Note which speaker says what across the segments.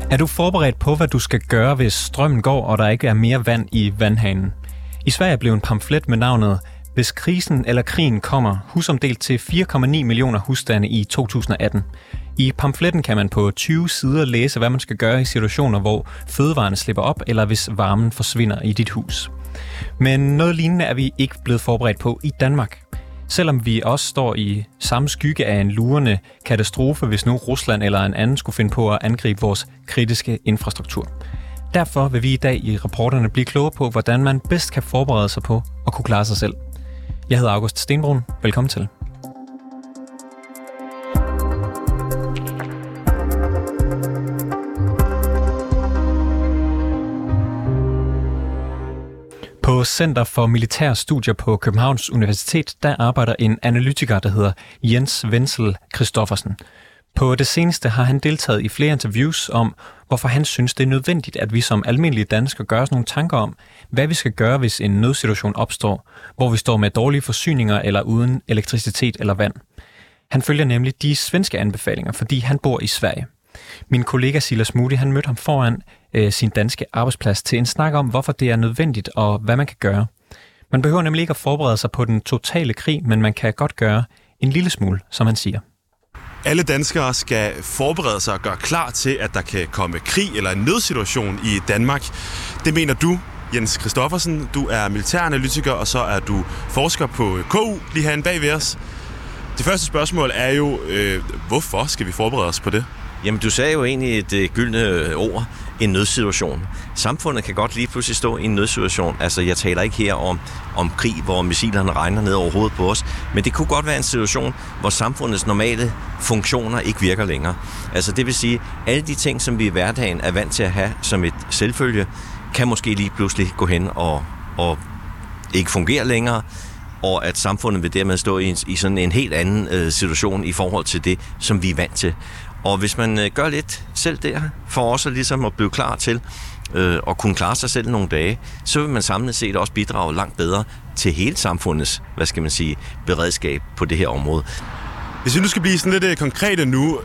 Speaker 1: Er du forberedt på, hvad du skal gøre, hvis strømmen går, og der ikke er mere vand i vandhanen? I Sverige blev en pamflet med navnet "Hvis krisen eller krigen kommer" husomdelt til 4,9 millioner husstande i 2018. I pamfletten kan man på 20 sider læse, hvad man skal gøre i situationer, hvor fødevarene slipper op, eller hvis varmen forsvinder i dit hus. Men noget lignende er vi ikke blevet forberedt på i Danmark. Selvom vi også står i samme skygge af en lurende katastrofe, hvis nu Rusland eller en anden skulle finde på at angribe vores kritiske infrastruktur. Derfor vil vi i dag i reporterne blive klogere på, hvordan man bedst kan forberede sig på at kunne klare sig selv. Jeg hedder August Stenbrun. Velkommen til. På Center for Militære Studier på Københavns Universitet, der arbejder en analytiker, der hedder Jens Wenzel Christoffersen. På det seneste har han deltaget i flere interviews om, hvorfor han synes, det er nødvendigt, at vi som almindelige danskere gør os nogle tanker om, hvad vi skal gøre, hvis en nødsituation opstår, hvor vi står med dårlige forsyninger eller uden elektricitet eller vand. Han følger nemlig de svenske anbefalinger, fordi han bor i Sverige. Min kollega Silas Moody, han mødte ham foran sin danske arbejdsplads til en snak om, hvorfor det er nødvendigt og hvad man kan gøre. Man behøver nemlig ikke at forberede sig på den totale krig, men man kan godt gøre en lille smule, som han siger.
Speaker 2: Alle danskere skal forberede sig og gøre klar til, at der kan komme krig eller en nødsituation i Danmark. Det mener du, Jens Christoffersen. Du er militæranalytiker, og så er du forsker på KU lige herinde bag ved os. Det første spørgsmål er jo, hvorfor skal vi forberede os på det?
Speaker 3: Jamen, du sagde jo egentlig et gyldne ord, en nødsituation. Samfundet kan godt lige pludselig stå i en nødsituation. Altså, jeg taler ikke her om krig, hvor missilerne regner ned over hovedet på os, men det kunne godt være en situation, hvor samfundets normale funktioner ikke virker længere. Altså, det vil sige, alle de ting, som vi i hverdagen er vant til at have som et selvfølge, kan måske lige pludselig gå hen og ikke fungere længere, og at samfundet vil dermed stå i sådan en helt anden situation i forhold til det, som vi er vant til. Og hvis man gør lidt selv der, for også ligesom at blive klar til at kunne klare sig selv nogle dage, så vil man samlet set også bidrage langt bedre til hele samfundets, beredskab på det her område.
Speaker 2: Hvis vi nu skal blive sådan lidt konkrete nu.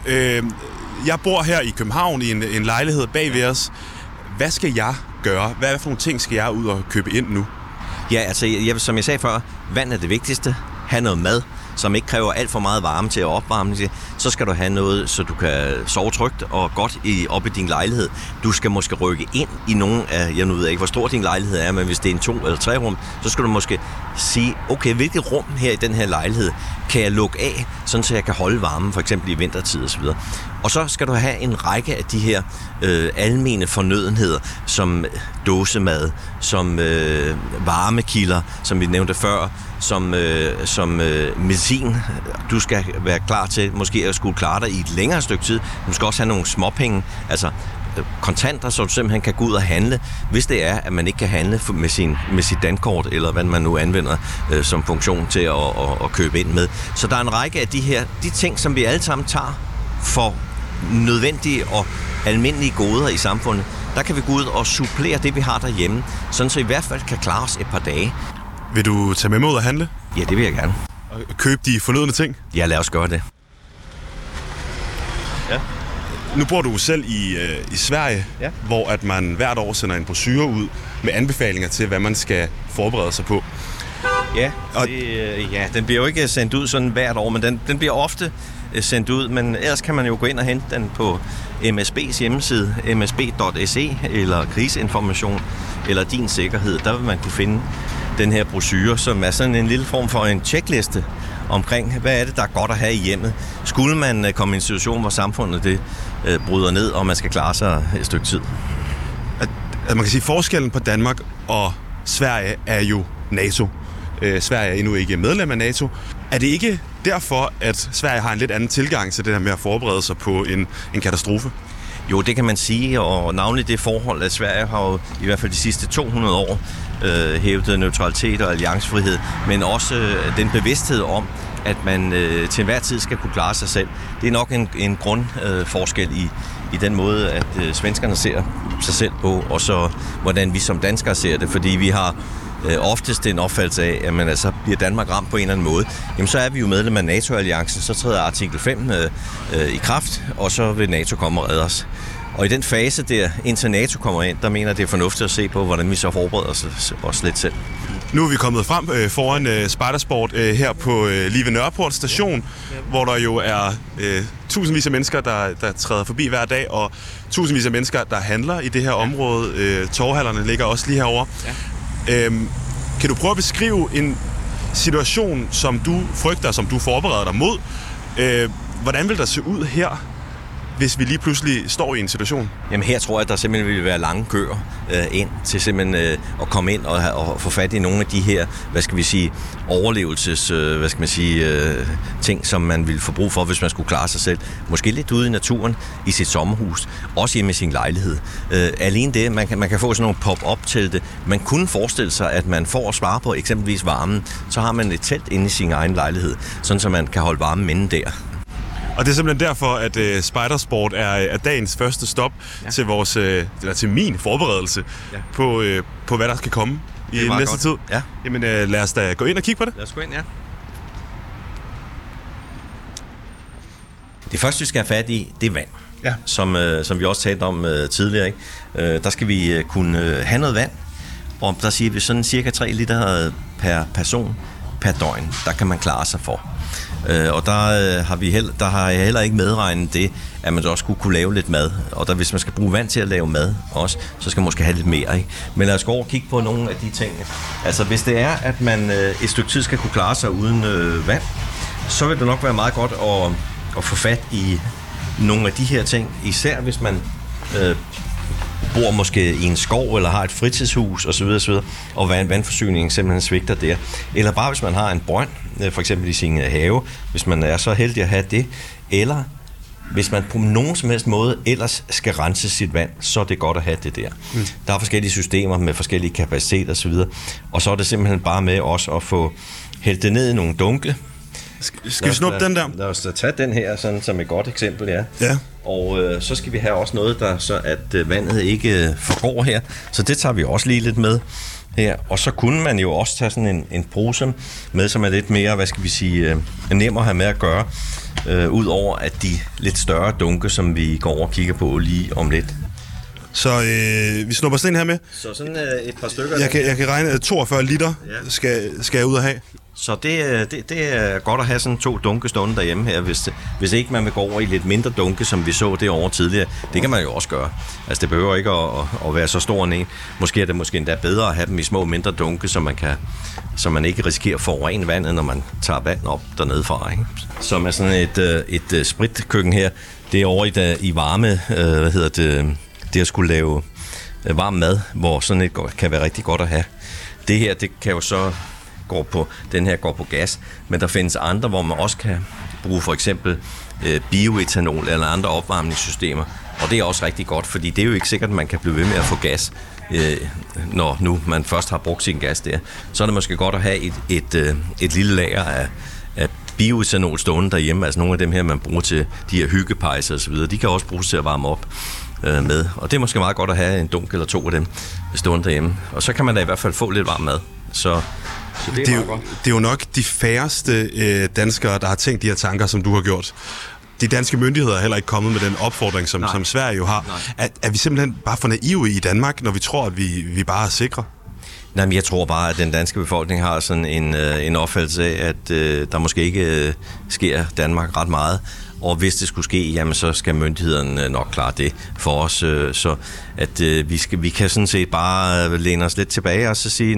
Speaker 2: Jeg bor her i København i en lejlighed bag ved os. Hvad skal jeg gøre? Hvad for nogle ting skal jeg ud og købe ind nu?
Speaker 3: Ja, altså som jeg sagde før, vand er det vigtigste. Ha' noget mad, som ikke kræver alt for meget varme til at opvarme det. Så skal du have noget, så du kan sove trygt og godt op i din lejlighed. Du skal måske rykke ind i nogle af, jeg nu ved ikke, hvor stor din lejlighed er, men hvis det er en 2 eller 3 rum, så skal du måske sige, okay, hvilket rum her i den her lejlighed kan jeg lukke af, sådan så jeg kan holde varmen, for eksempel i vintertid osv. Og så skal du have en række af de her almene fornødenheder, som dåsemad, som varmekilder, som vi nævnte før, som medicin. Du skal være klar til måske at skulle klare dig i et længere stykke tid. Du skal også have nogle småpenge, altså kontanter, så du simpelthen kan gå ud og handle, hvis det er, at man ikke kan handle med sit dankort, eller hvad man nu anvender som funktion til at købe ind med. Så der er en række af de ting, som vi alle sammen tager for nødvendige og almindelige goder i samfundet. Der kan vi gå ud og supplere det, vi har derhjemme, sådan så i hvert fald kan klare os et par dage.
Speaker 2: Vil du tage med mig ud og handle?
Speaker 3: Ja, det vil jeg gerne.
Speaker 2: Og købe de fornødne ting?
Speaker 3: Ja, lad os gøre det.
Speaker 2: Ja. Nu bor du selv i Sverige, ja, hvor at man hvert år sender en brochure ud med anbefalinger til, hvad man skal forberede sig på.
Speaker 3: Ja, den bliver jo ikke sendt ud sådan hvert år, men den bliver ofte sendt ud, men ellers kan man jo gå ind og hente den på MSB's hjemmeside, msb.se, eller Kriseinformation, eller Din Sikkerhed. Der vil man kunne finde den her brochure, som er sådan en lille form for en checkliste omkring, hvad er det, der er godt at have i hjemmet. Skulle man komme i en situation, hvor samfundet det bryder ned, og man skal klare sig et stykke tid.
Speaker 2: Man kan sige, at forskellen på Danmark og Sverige er jo NATO. Sverige er endnu ikke medlem af NATO. Er det ikke derfor, at Sverige har en lidt anden tilgang til det her med at forberede sig på en katastrofe?
Speaker 3: Jo, det kan man sige, og navnlig det forhold, at Sverige har jo i hvert fald de sidste 200 år hævdet neutralitet og alliancefrihed, men også den bevidsthed om, at man til enhver tid skal kunne klare sig selv. Det er nok en grundforskel i den måde, at svenskerne ser sig selv på, og så hvordan vi som danskere ser det, fordi vi har oftest en opfattelse af, at man altså bliver Danmark ramt på en eller anden måde, jamen så er vi jo medlem af NATO-alliancen, så træder artikel 5 i kraft, og så vil NATO komme og redde os. Og i den fase der, indtil NATO kommer ind, der mener jeg, det er fornuftigt at se på, hvordan vi så forbereder os lidt selv.
Speaker 2: Nu er vi kommet frem foran Spejdersport her på lige ved Nørreport station, hvor der jo er tusindvis af mennesker, der træder forbi hver dag, og tusindvis af mennesker, der handler i det her område. Torvhallerne ligger også lige herovre. Ja. Kan du prøve at beskrive en situation, som du frygter, som du forbereder dig mod? Hvordan vil der se ud her, hvis vi lige pludselig står i en situation?
Speaker 3: Jamen her tror jeg, at der simpelthen vil være lange køer ind til simpelthen at komme ind og få fat i nogle af de her, overlevelses, ting, som man ville få brug for, hvis man skulle klare sig selv. Måske lidt ude i naturen, i sit sommerhus, også hjemme i sin lejlighed. Alene det, man kan få sådan nogle pop-up-telte. Man kunne forestille sig, at man får at svare på eksempelvis varmen, så har man et telt inde i sin egen lejlighed, sådan så man kan holde varmen inde der.
Speaker 2: Og det er simpelthen derfor, at Spejdersport er dagens første stop til min forberedelse på, hvad der skal komme i næste tid. Ja. Jamen lad os da gå ind og kigge på det.
Speaker 3: Lad os gå ind, ja. Det første, vi skal have fat i, det er vand. Ja. Som vi også talte om tidligere. Ikke? Der skal vi kunne have noget vand, og der siger vi sådan cirka 3 liter per person per døgn. Der kan man klare sig for. Og der har jeg heller ikke medregnet det, at man også skulle kunne lave lidt mad. Og hvis man skal bruge vand til at lave mad også, så skal man måske have lidt mere. Ikke? Men lad os gå over og kigge på nogle af de ting. Altså hvis det er, at man et stykke tid skal kunne klare sig uden vand, så vil det nok være meget godt at få fat i nogle af de her ting. Især hvis man bor måske i en skov eller har et fritidshus osv. og vandforsyningen simpelthen svigter der. Eller bare hvis man har en brønd, for eksempel i sin have, hvis man er så heldig at have det, eller hvis man på nogen som helst måde ellers skal rense sit vand, så er det godt at have det der. Der er forskellige systemer med forskellige kapaciteter osv. Og så er det simpelthen bare med også at få hældt det ned i nogle dunke.
Speaker 2: Skal vi snuppe den der?
Speaker 3: Lad os da tage den her sådan, som et godt eksempel, ja. Og så skal vi have også noget, der så at vandet ikke forgår her. Så det tager vi også lige lidt med her. Og så kunne man jo også tage sådan en pose med, som er lidt mere, nem at have med at gøre. Ud over at de lidt større dunke, som vi går over og kigger på lige om lidt.
Speaker 2: Så vi snupper sådan en her med.
Speaker 3: Så sådan et par stykker.
Speaker 2: Jeg kan regne 42 liter skal jeg ud og have.
Speaker 3: Så det er godt at have sådan 2 dunke stående derhjemme her, hvis ikke man vil gå over i lidt mindre dunke, som vi så det over tidligere. Det kan man jo også gøre. Altså det behøver ikke at være så stor en. Måske er det endda bedre at have dem i små mindre dunke, så man ikke risikerer at forurene vandet, når man tager vand op dernede fra. Ikke? Som er sådan et spritkøkken her. Det er over i varme, det at skulle lave varm mad, hvor sådan et kan være rigtig godt at have. Det her, det kan jo så den her går på gas, men der findes andre, hvor man også kan bruge for eksempel bioetanol eller andre opvarmningssystemer, og det er også rigtig godt, fordi det er jo ikke sikkert, at man kan blive ved med at få gas, når nu man først har brugt sin gas der. Så er det måske godt at have et lille lager af bioetanol stående derhjemme, altså nogle af dem her, man bruger til de her hyggepejser og så videre, de kan også bruges til at varme op med, og det er måske meget godt at have en dunk eller 2 af dem stående derhjemme, og så kan man da i hvert fald få lidt varm mad, så det
Speaker 2: er jo nok de færreste danskere, der har tænkt de her tanker, som du har gjort. De danske myndigheder er heller ikke kommet med den opfordring, som Sverige jo har. Er vi simpelthen bare for naive i Danmark, når vi tror, at vi bare er sikre?
Speaker 3: Nej, men jeg tror bare, at den danske befolkning har sådan en opfattelse af, at der måske ikke sker Danmark ret meget. Og hvis det skulle ske, jamen så skal myndighederne nok klare det for os. Så at vi kan sådan set bare læne os lidt tilbage og så sige,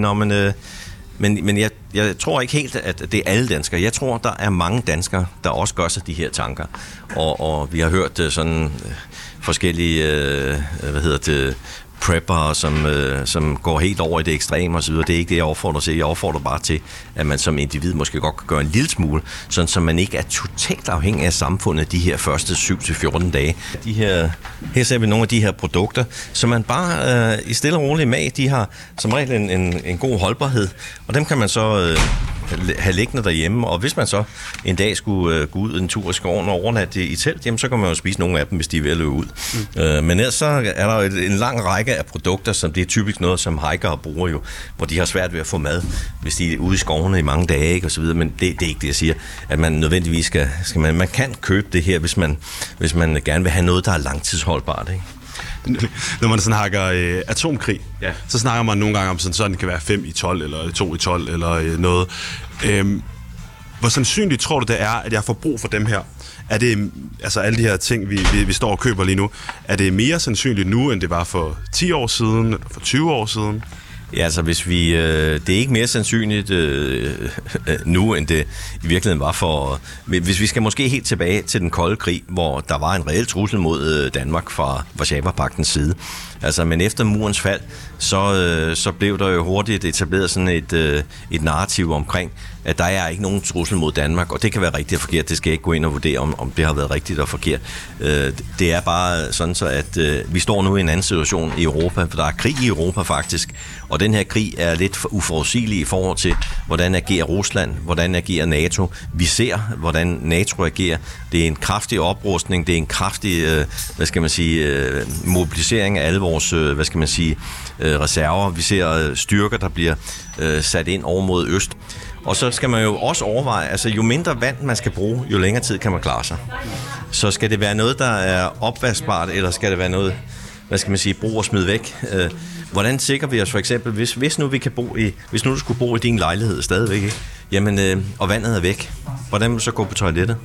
Speaker 3: men jeg tror ikke helt, at det er alle danskere. Jeg tror, der er mange danskere, der også gør sig de her tanker. Og vi har hørt sådan forskellige, preppere, som går helt over i det ekstreme osv. Det er ikke det, jeg opfordrer til. Jeg opfordrer bare til, at man som individ måske godt kan gøre en lille smule, sådan så man ikke er totalt afhængig af samfundet de her første 7-14 dage. Her ser vi nogle af de her produkter, som man bare i stille og rolig mag, de har som regel en god holdbarhed, og dem kan man så have liggende derhjemme, og hvis man så en dag skulle gå ud en tur i skoven og overnatte i telt, jamen så kan man jo spise nogle af dem, hvis de er ved at løbe ud. Men ellers så er der jo en lang række af produkter, som det er typisk noget, som hikere bruger jo, hvor de har svært ved at få mad, hvis de er ude i skovene i mange dage, ikke, og så videre, men det er ikke det, jeg siger, at man nødvendigvis man kan købe det her, hvis man gerne vil have noget, der er langtidsholdbart, ikke?
Speaker 2: Når man sådan hakker atomkrig, så snakker man nogle gange om sådan det kan være 5 i 12, eller 2 i 12, eller noget. Hvor sandsynligt tror du det er, at jeg får brug for dem her? Er det, altså alle de her ting, vi står og køber lige nu, er det mere sandsynligt nu, end det var for 10 år siden, eller for 20 år siden?
Speaker 3: Ja, altså hvis vi, det er ikke mere sandsynligt nu, end det i virkeligheden var for... Hvis vi skal måske helt tilbage til den kolde krig, hvor der var en reel trussel mod Danmark fra Warszawapagtens side. Altså, men efter murens fald, så blev der jo hurtigt etableret sådan et narrativ omkring, at der er ikke nogen trussel mod Danmark, og det kan være rigtigt og forkert. Det skal jeg ikke gå ind og vurdere, om det har været rigtigt og forkert. Det er bare sådan så, at vi står nu i en anden situation i Europa, for der er krig i Europa faktisk, og den her krig er lidt uforudsigelig i forhold til, hvordan agerer Rusland, hvordan agerer NATO. Vi ser, hvordan NATO agerer. Det er en kraftig oprustning, det er en kraftig, mobilisering af alle vores, reserver. Vi ser styrker, der bliver sat ind over mod øst. Og så skal man jo også overveje, altså jo mindre vand man skal bruge, jo længere tid kan man klare sig. Så skal det være noget, der er opvaskbart, eller skal det være noget, brug og smid væk? Hvordan sikrer vi os for eksempel, hvis nu du skulle bo i din lejlighed stadigvæk, ikke? Jamen, og vandet er væk, hvordan vil du så gå på toilettet?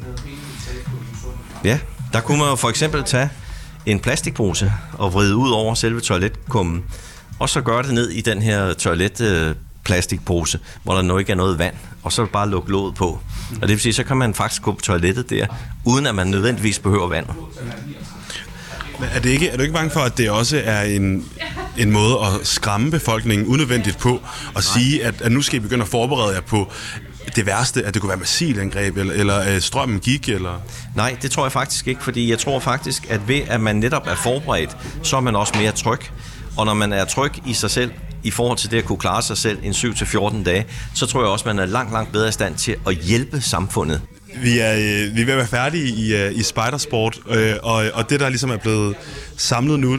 Speaker 3: Ja, der kunne man jo for eksempel tage en plastikpose og vride ud over selve toiletkummen, og så gøre det ned i den her plastikpose, hvor der nu ikke er noget vand, og så bare lukke låget på. Og det vil sige, så kan man faktisk gå på toilettet der, uden at man nødvendigvis behøver vand.
Speaker 2: Er du ikke bange for, at det også er en måde at skræmme befolkningen unødvendigt på, og sige, at nu skal I begynde at forberede jer på det værste, at det kunne være missilangreb, eller strømmen gik, eller...
Speaker 3: Nej, det tror jeg faktisk ikke, fordi jeg tror faktisk, at ved at man netop er forberedt, så er man også mere tryg. Og når man er tryg i sig selv, i forhold til det at kunne klare sig selv en 7-14 dage, så tror jeg også, at man er langt, langt bedre i stand til at hjælpe samfundet.
Speaker 2: Vi er ved at være færdige i Spidersport, og det, der ligesom er blevet samlet nu,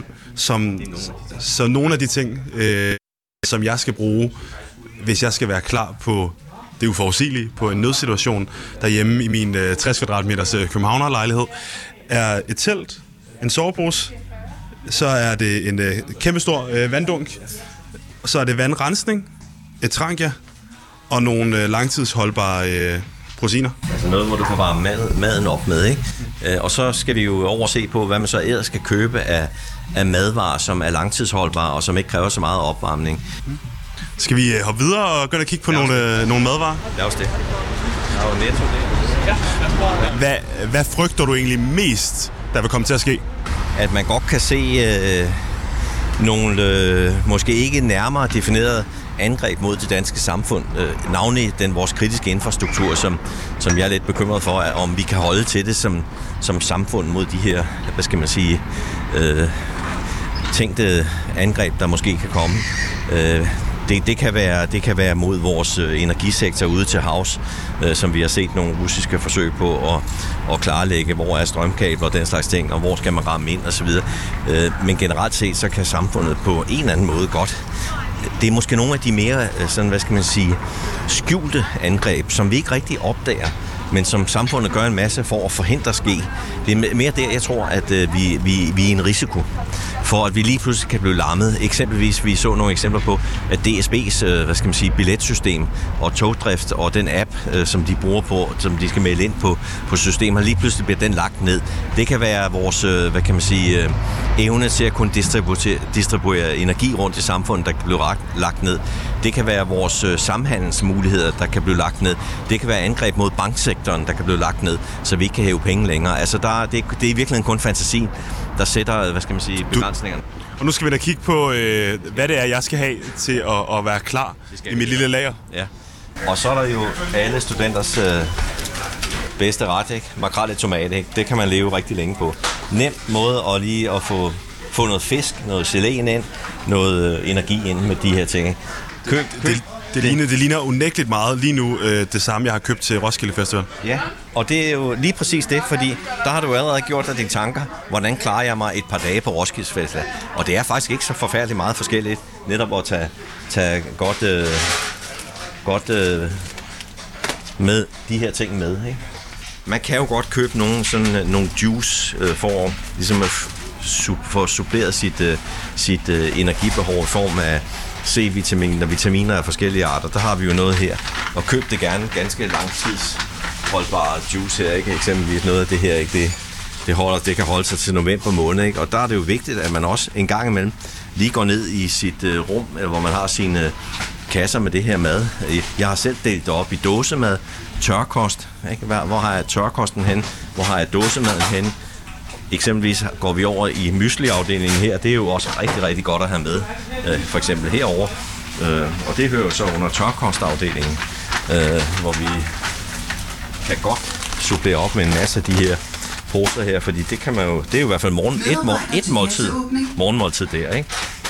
Speaker 2: som nogle af de ting, som jeg skal bruge, hvis jeg skal være klar på det uforudsigelige, på en nødsituation derhjemme i min 60 kvadratmeters københavnerlejlighed, er et telt, en sovepose, så er det en kæmpestor vanddunk, så er det vandrensning, et trangia og nogle langtidsholdbare rosiner.
Speaker 3: Altså noget, hvor du kan varme maden op med, ikke? Og så skal vi jo overse på, hvad man så ellers skal købe af madvarer, som er langtidsholdbare og som ikke kræver så meget opvarmning.
Speaker 2: Skal vi hoppe videre og gå og kigge på nogle madvarer?
Speaker 3: Ja, også det. Der er jo Netto det.
Speaker 2: Hvad frygter du egentlig mest, der vil komme til at ske?
Speaker 3: At man godt kan se nogle måske ikke nærmere definerede angreb mod det danske samfund, navnlig vores kritiske infrastruktur, som jeg er lidt bekymret for, om vi kan holde til det som samfund mod de her, tænkte angreb, der måske kan komme. Det kan være mod vores energisektor ude til havs, som vi har set nogle russiske forsøg på at klarlægge, hvor er strømkabler og den slags ting, og hvor skal man ramme ind osv. Men generelt set, så kan samfundet på en eller anden måde godt. Det er måske nogle af de mere, skjulte angreb, som vi ikke rigtig opdager, men som samfundet gør en masse for at forhindre ske. Det er mere der, jeg tror, at vi er i en risiko for, at vi lige pludselig kan blive lammet. Eksempelvis, vi så nogle eksempler på, at DSB's billetsystem og togdrift og den app, som de bruger på, som de skal melde ind på systemer, lige pludselig bliver den lagt ned. Det kan være vores, evne til at kunne distribuere energi rundt i samfundet, der kan blive lagt ned. Det kan være vores samhandelsmuligheder, der kan blive lagt ned. Det kan være angreb mod banksektoren, der kan blive lagt ned, så vi ikke kan hæve penge længere. Altså, det er i virkeligheden kun fantasien, der sætter, begrænsningerne.
Speaker 2: Og nu skal vi da kigge på, hvad det er, jeg skal have til at være klar i mit lille lager.
Speaker 3: Ja. Og så er der jo alle studenters bedste ret, ikke? Makrel i tomat, ikke? Det kan man leve rigtig længe på. Nem måde at få noget fisk, noget gelé ind, noget energi ind med de her ting. Køb.
Speaker 2: Det ligner unægteligt meget lige nu det samme, jeg har købt til Roskilde Festival.
Speaker 3: Ja, og det er jo lige præcis det, fordi der har du allerede gjort dig dine tanker. Hvordan klarer jeg mig et par dage på Roskilde Festival? Og det er faktisk ikke så forfærdeligt meget forskelligt, netop at tage godt med de her ting med, ikke? Man kan jo godt købe nogle juice for ligesom at få suppleret sit energibehov i form af C-vitamin og vitaminer af forskellige arter. Der har vi jo noget her. Og køb det gerne ganske langtidsholdbare juice her, ikke? Eksempelvis noget af det her, ikke? Det kan holde sig til november måned, ikke? Og der er det jo vigtigt, at man også en gang imellem lige går ned i sit rum, hvor man har sine kasser med det her mad. Jeg har selv delt det op i dåsemad, tørkost. Ikke? Hvor har jeg tørkosten hen? Hvor har jeg dåsemaden hen? Eksempelvis går vi over i mysli-afdelingen her. Det er jo også rigtig, rigtig godt at have med. For eksempel herover. Og det hører jo så under tørkostafdelingen, hvor vi kan godt supplere op med en masse af de her poser her, fordi det kan man jo, det er jo i hvert fald morgenmåltid der, ikke?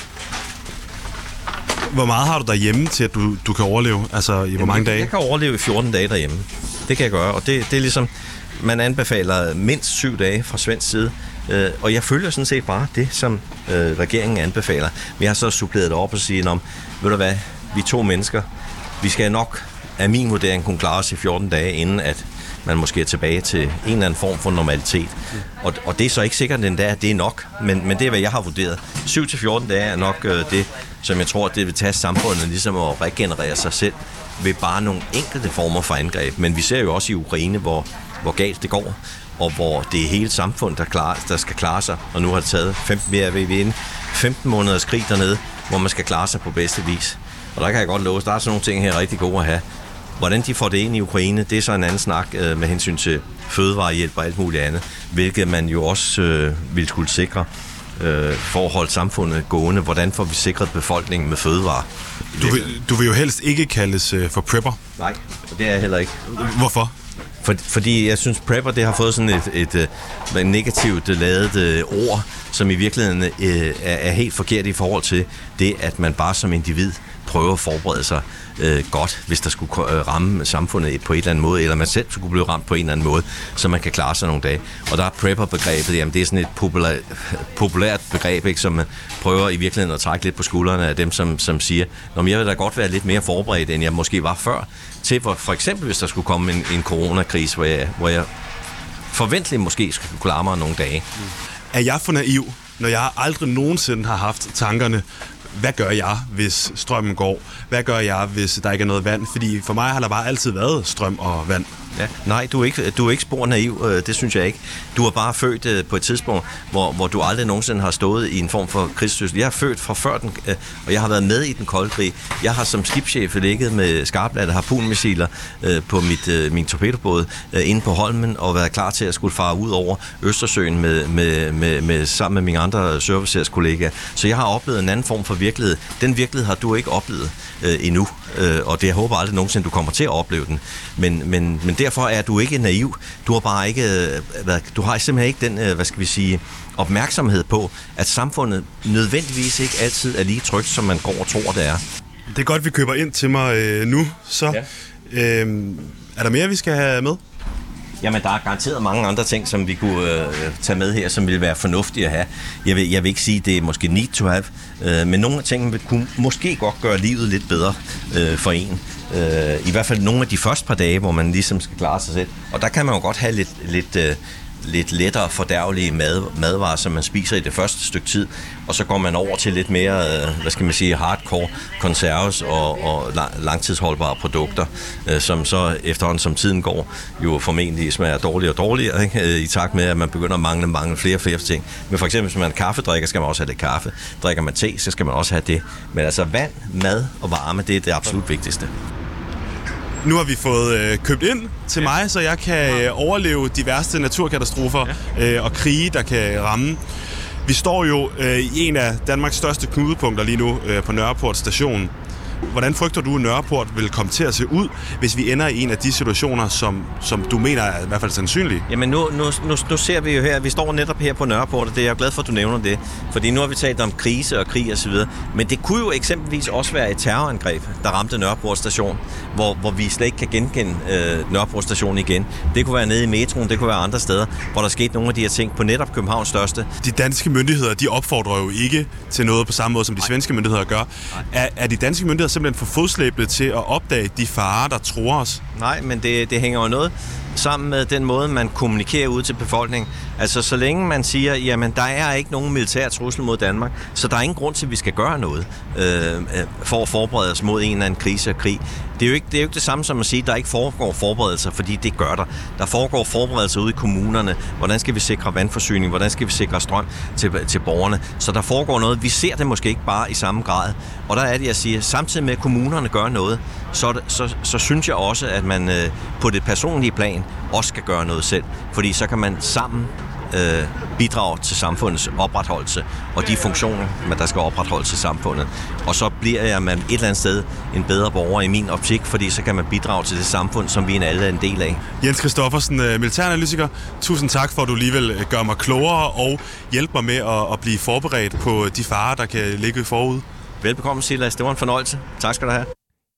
Speaker 2: Hvor meget har du derhjemme til, at du kan overleve? Altså, i hvor mange dage?
Speaker 3: Jeg kan overleve i 14 dage derhjemme. Det kan jeg gøre, og det er ligesom, man anbefaler mindst 7 dage fra svensk side, og jeg følger sådan set bare det, som regeringen anbefaler. Vi har så suppleret det op og sige, ved du hvad, vi er 2 mennesker, vi skal nok, af min vurdering, kunne klare os i 14 dage, inden at man måske er tilbage til en eller anden form for normalitet. Og det er så ikke sikkert, at det er nok, men det er, hvad jeg har vurderet. 7-14 dage er nok det, som jeg tror, det vil tage samfundet ligesom at regenerere sig selv ved bare nogle enkelte former for angreb. Men vi ser jo også i Ukraine, hvor galt det går, og hvor det er hele samfundet, der skal klare sig. Og nu har det taget 15 måneders krig dernede, hvor man skal klare sig på bedste vis. Og der kan jeg godt love, der er sådan nogle ting her rigtig gode at have. Hvordan de får det ind i Ukraine, det er så en anden snak med hensyn til fødevarehjælp og alt muligt andet, hvilket man jo også vil skulle sikre for at holde samfundet gående. Hvordan får vi sikret befolkningen med fødevarer?
Speaker 2: Du vil jo helst ikke kaldes for prepper.
Speaker 3: Nej, det er jeg heller ikke.
Speaker 2: Hvorfor?
Speaker 3: Fordi jeg synes, prepper det har fået sådan et negativt ladet ord, som i virkeligheden er helt forkert i forhold til det, at man bare som individ prøver at forberede sig godt, hvis der skulle ramme samfundet på en eller anden måde, eller man selv skulle blive ramt på en eller anden måde, så man kan klare sig nogle dage. Og der er prepper-begrebet, jamen det er sådan et populært begreb, ikke, som man prøver i virkeligheden at trække lidt på skuldrene af dem, som siger, jeg vil da godt være lidt mere forberedt, end jeg måske var før, til for eksempel, hvis der skulle komme en coronakrise, hvor jeg forventeligt måske skulle klare mig nogle dage.
Speaker 2: Er jeg for naiv, når jeg aldrig nogensinde har haft tankerne, hvad gør jeg, hvis strømmen går? Hvad gør jeg, hvis der ikke er noget vand? Fordi for mig har der bare altid været strøm og vand.
Speaker 3: Ja, nej, du er ikke spor naiv, det synes jeg ikke. Du er bare født på et tidspunkt, hvor du aldrig nogensinde har stået i en form for krigstrusel. Jeg er født fra før den, og jeg har været med i den kolde krig. Jeg har som skibschef ligget med skarplatte harpunmissiler på min torpedobåd inde på Holmen og været klar til at skulle fare ud over Østersøen sammen med mine andre servicekollegaer. Så jeg har oplevet en anden form for virkelighed. Den virkelighed har du ikke oplevet endnu, og det jeg håber aldrig nogensinde, du kommer til at opleve den. Men derfor er du ikke naiv. Du har bare ikke, du har simpelthen ikke den, opmærksomhed på, at samfundet nødvendigvis ikke altid er lige trygt, som man går og tror, det er.
Speaker 2: Det er godt, vi køber ind til mig nu. Så er der mere, vi skal have med?
Speaker 3: Jamen, der er garanteret mange andre ting, som vi kunne tage med her, som ville være fornuftige at have. Jeg vil ikke sige, at det er måske need to have, men nogle af tingene kunne måske godt gøre livet lidt bedre for en. I hvert fald nogle af de første par dage, hvor man ligesom skal klare sig selv. Og der kan man jo godt have lidt lettere fordærvelige madvarer, som man spiser i det første stykke tid, og så går man over til lidt mere, hardcore konserves og langtidsholdbare produkter, som så efterhånden som tiden går, jo formentlig smager dårligere og dårligere, ikke? I takt med, at man begynder at mangle flere ting. Men for eksempel, hvis man er kaffedrikker, skal man også have lidt kaffe. Drikker man te, så skal man også have det. Men altså vand, mad og varme, det er det absolut vigtigste.
Speaker 2: Nu har vi fået købt ind til mig, så jeg kan overleve de værste naturkatastrofer og krige, der kan ramme. Vi står jo i en af Danmarks største knudepunkter lige nu på Nørreport station. Hvordan frygter du, at Nørreport vil komme til at se ud, hvis vi ender i en af de situationer, som du mener er i hvert fald sandsynlige?
Speaker 3: Jamen nu ser vi jo her, vi står netop her på Nørreport, og det er jeg glad for, at du nævner det. Fordi nu har vi talt om krise og krig og så videre. Men det kunne jo eksempelvis også være et terrorangreb, der ramte Nørreport station, hvor vi slet ikke kan genkende Nørreport station igen. Det kunne være nede i metroen, det kunne være andre steder, hvor der skete nogle af de her ting på netop Københavns største.
Speaker 2: De danske myndigheder, de opfordrer jo ikke til noget på samme måde, som de svenske myndigheder gør. Er de danske myndigheder simpelthen for fodslæbende til at opdage de farer, der truer os?
Speaker 3: Nej, men det hænger jo noget sammen med den måde, man kommunikerer ud til befolkningen. Altså, så længe man siger, jamen, der er ikke nogen militær trussel mod Danmark, så der er ingen grund til, at vi skal gøre noget for at forberede os mod en eller anden krise og krig. Det er jo ikke det samme som at sige, at der ikke foregår forberedelser, fordi det gør der. Der foregår forberedelser ude i kommunerne. Hvordan skal vi sikre vandforsyning? Hvordan skal vi sikre strøm til borgerne? Så der foregår noget. Vi ser det måske ikke bare i samme grad. Og der er det, jeg siger, samtidig med at kommunerne gør noget, så synes jeg også, at man på det personlige plan også skal gøre noget selv. Fordi så kan man sammen bidrage til samfundets opretholdelse og de funktioner, der skal opretholdes i samfundet. Og så bliver man et eller andet sted en bedre borger i min optik, fordi så kan man bidrage til det samfund, som vi alle er en del af.
Speaker 2: Jens Christoffersen, militæranalytiker, tusind tak for, at du alligevel gør mig klogere og hjælper mig med at blive forberedt på de farer, der kan ligge forud.
Speaker 3: Velbekomme, Silas. Det var en fornøjelse. Tak skal du have.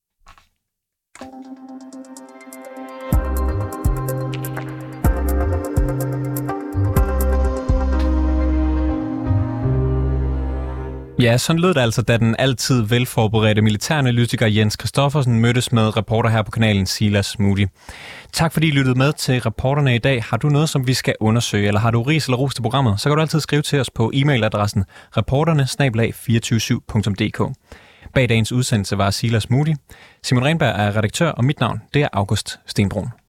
Speaker 1: Ja, sådan lød det altså, da den altid velforberedte militæranalytiker Jens Christoffersen mødtes med reporter her på kanalen Silas Moody. Tak fordi I lyttede med til reporterne i dag. Har du noget, som vi skal undersøge, eller har du ris eller ros til programmet, så kan du altid skrive til os på e-mailadressen reporterne@247.dk. Bag dagens udsendelse var Silas Moody. Simon Renberg er redaktør, og mit navn det er August Stenbrun.